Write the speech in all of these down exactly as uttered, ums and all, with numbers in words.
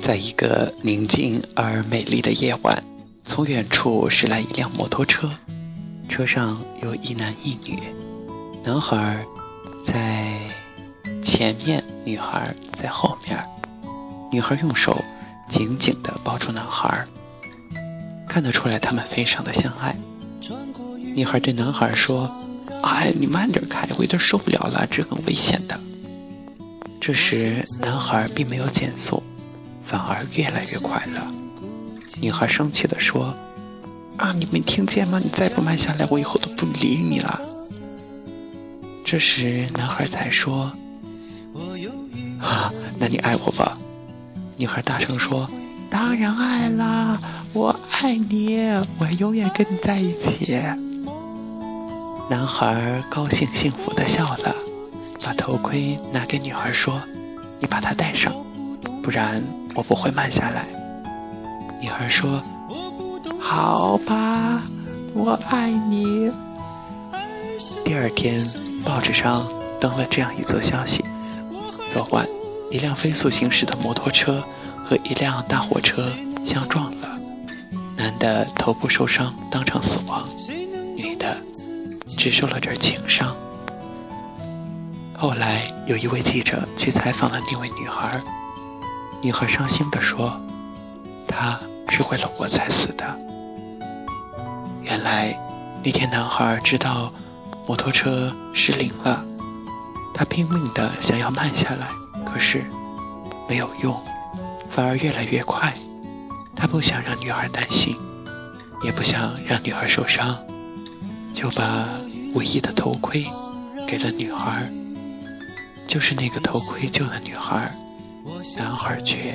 在一个宁静而美丽的夜晚，从远处驶来一辆摩托车，车上有一男一女，男孩在前面，女孩在后面。女孩用手紧紧地抱住男孩，看得出来他们非常的相爱。女孩对男孩说：哎，你慢点开，我有点受不了了，这很危险的。这时男孩并没有减速，反而越来越快了。女孩生气地说：啊，你没听见吗？你再不慢下来，我以后都不理你了。这时男孩才说：啊，那你爱我吧？女孩大声说：当然爱啦，我爱你，我永远跟你在一起。男孩高兴幸福地笑了，把头盔拿给女孩说：你把它戴上，不然我不会慢下来。女孩说：好吧，我爱你。第二天报纸上登了这样一则消息：昨晚一辆飞速行驶的摩托车和一辆大货车相撞了，男的头部受伤当场死亡，女的只受了点轻伤。后来有一位记者去采访了那位女孩，女孩伤心地说：她是为了我才死的。原来那天男孩知道摩托车失灵了，他拼命地想要慢下来，可是没有用，反而越来越快。他不想让女孩担心，也不想让女孩受伤，就把唯一的头盔给了女孩。就是那个头盔救了女孩，男孩却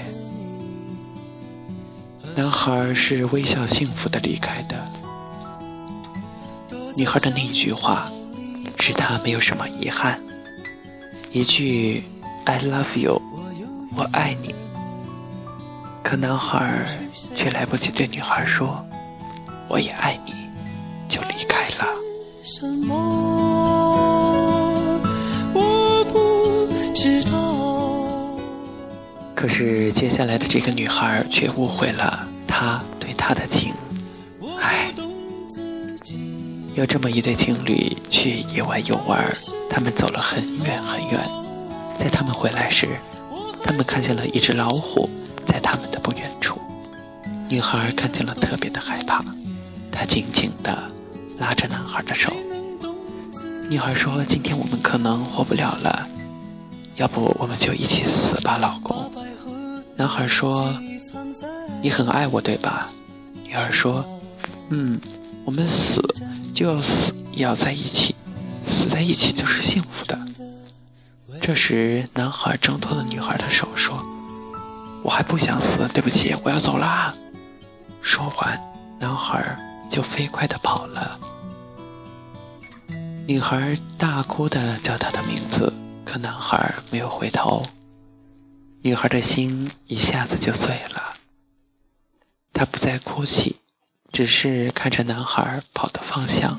男孩是微笑幸福地离开的。女孩的那一句话使他没有什么遗憾，一句 I love you， 我爱你。可男孩却来不及对女孩说我也爱你，就离开了。什么我不知道。可是接下来的这个女孩却误会了他对她的情。唉，有这么一对情侣去野外游玩，他们走了很远很远，在他们回来时，他们看见了一只老虎在他们的不远处。女孩看见了特别的害怕，她紧紧地拉着男孩的手。女孩说：今天我们可能活不了了，要不我们就一起死吧，老公。男孩说：你很爱我对吧？女孩说：嗯，我们死就要死，也要在一起，死在一起就是幸福的。这时男孩挣脱了女孩的手说：我还不想死，对不起，我要走啦。说完男孩就飞快地跑了。女孩大哭地叫他的名字，可男孩没有回头。女孩的心一下子就碎了，她不再哭泣，只是看着男孩跑的方向。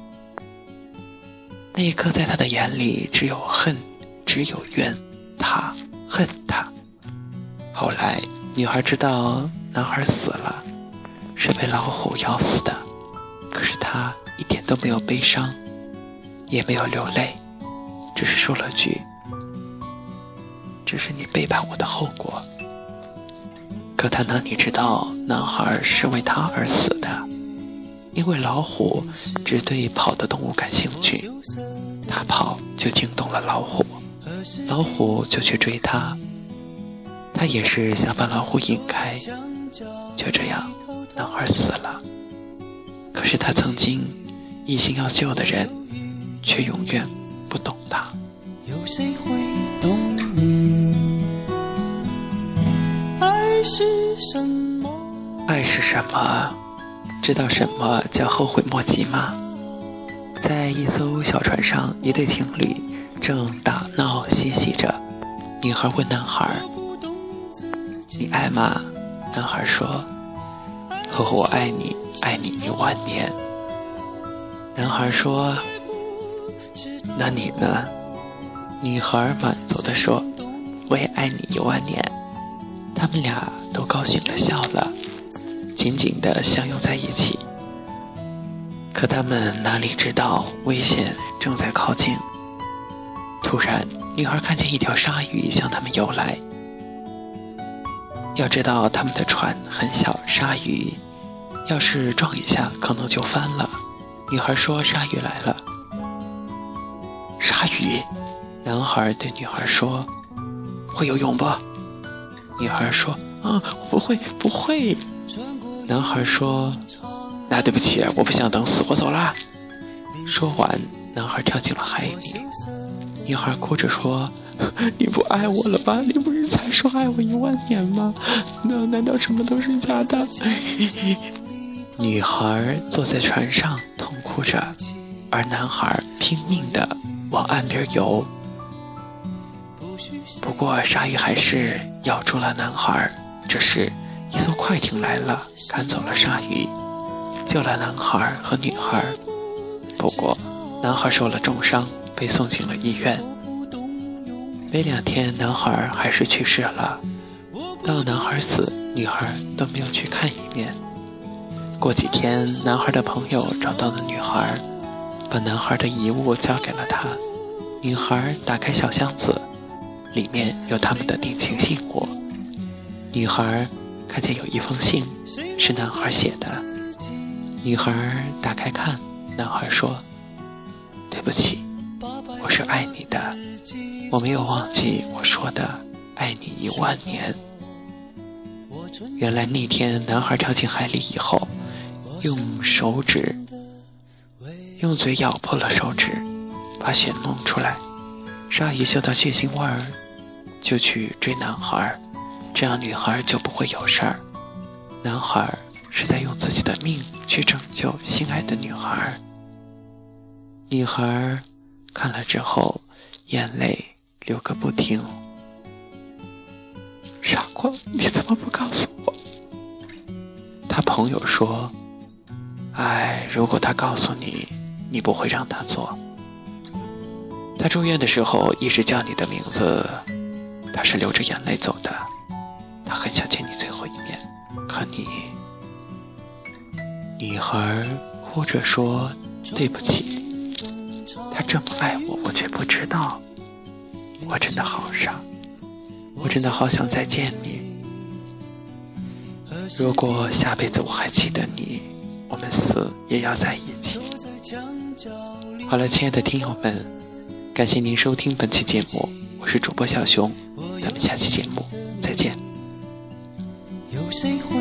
那一刻在她的眼里只有恨，只有怨，她恨他。后来女孩知道男孩死了，是被老虎咬死的，可是她一点都没有悲伤，也没有流泪，只是说了句：这是你背叛我的后果。可她哪里知道男孩是为她而死的，因为老虎只对跑的动物感兴趣，他跑就惊动了老虎，老虎就去追他，他也是想把老虎引开。就这样男孩死了，可是他曾经一心要救的人却永远不懂他。有谁会懂你？爱是什么？爱是什么？知道什么叫后悔莫及吗？在一艘小船上，一对情侣正打闹嬉戏着。女孩问男孩：你爱吗？男孩说：呵呵，我爱你，爱你一万年。男孩说：那你呢？女孩满足地说：我也爱你一万年。 他们俩都高兴地笑了，紧紧地相拥在一起。可他们哪里知道危险正在靠近。突然，女孩看见一条鲨鱼向他们游来。要知道他们的船很小，鲨鱼要是撞一下可能就翻了。女孩说鲨鱼来了。鲨鱼？男孩对女孩说，会游泳不？女孩说，啊，我不会不会。男孩说，那对不起，我不想等死，我走啦。说完，男孩跳进了海里。女孩哭着说，你不爱我了吧？你不是才说爱我一万年吗？那难道什么都是假的？女孩坐在船上痛哭着，而男孩拼命地往岸边游。不过鲨鱼还是咬住了男孩。这时一艘快艇来了，赶走了鲨鱼，救了男孩和女孩。不过男孩受了重伤，被送进了医院。没两天，男孩还是去世了。到男孩死，女孩都没有去看一面。过几天，男孩的朋友找到了女孩，把男孩的遗物交给了她。女孩打开小箱子，里面有他们的定情信物。女孩看见有一封信，是男孩写的。女孩打开看，男孩说，对不起，我是爱你的，我没有忘记我说的爱你一万年。原来那天男孩跳进海里以后，用手指用嘴咬破了手指，把血弄出来。鲨鱼嗅到血腥味儿，就去追男孩，这样女孩就不会有事儿。男孩是在用自己的命去拯救心爱的女孩。女孩看了之后，眼泪流个不停。傻瓜，你怎么不告诉我？他朋友说，哎，如果他告诉你，你不会让他做。他住院的时候一直叫你的名字，他是流着眼泪走的，他很想见你最后一面，可你……女孩哭着说，对不起，他这么爱我，我却不知道，我真的好傻，我真的好想再见你。如果下辈子我还记得你，我们死也要在一起。好了，亲爱的听友们，感谢您收听本期节目，我是主播小熊，咱们下期节目再见。有谁会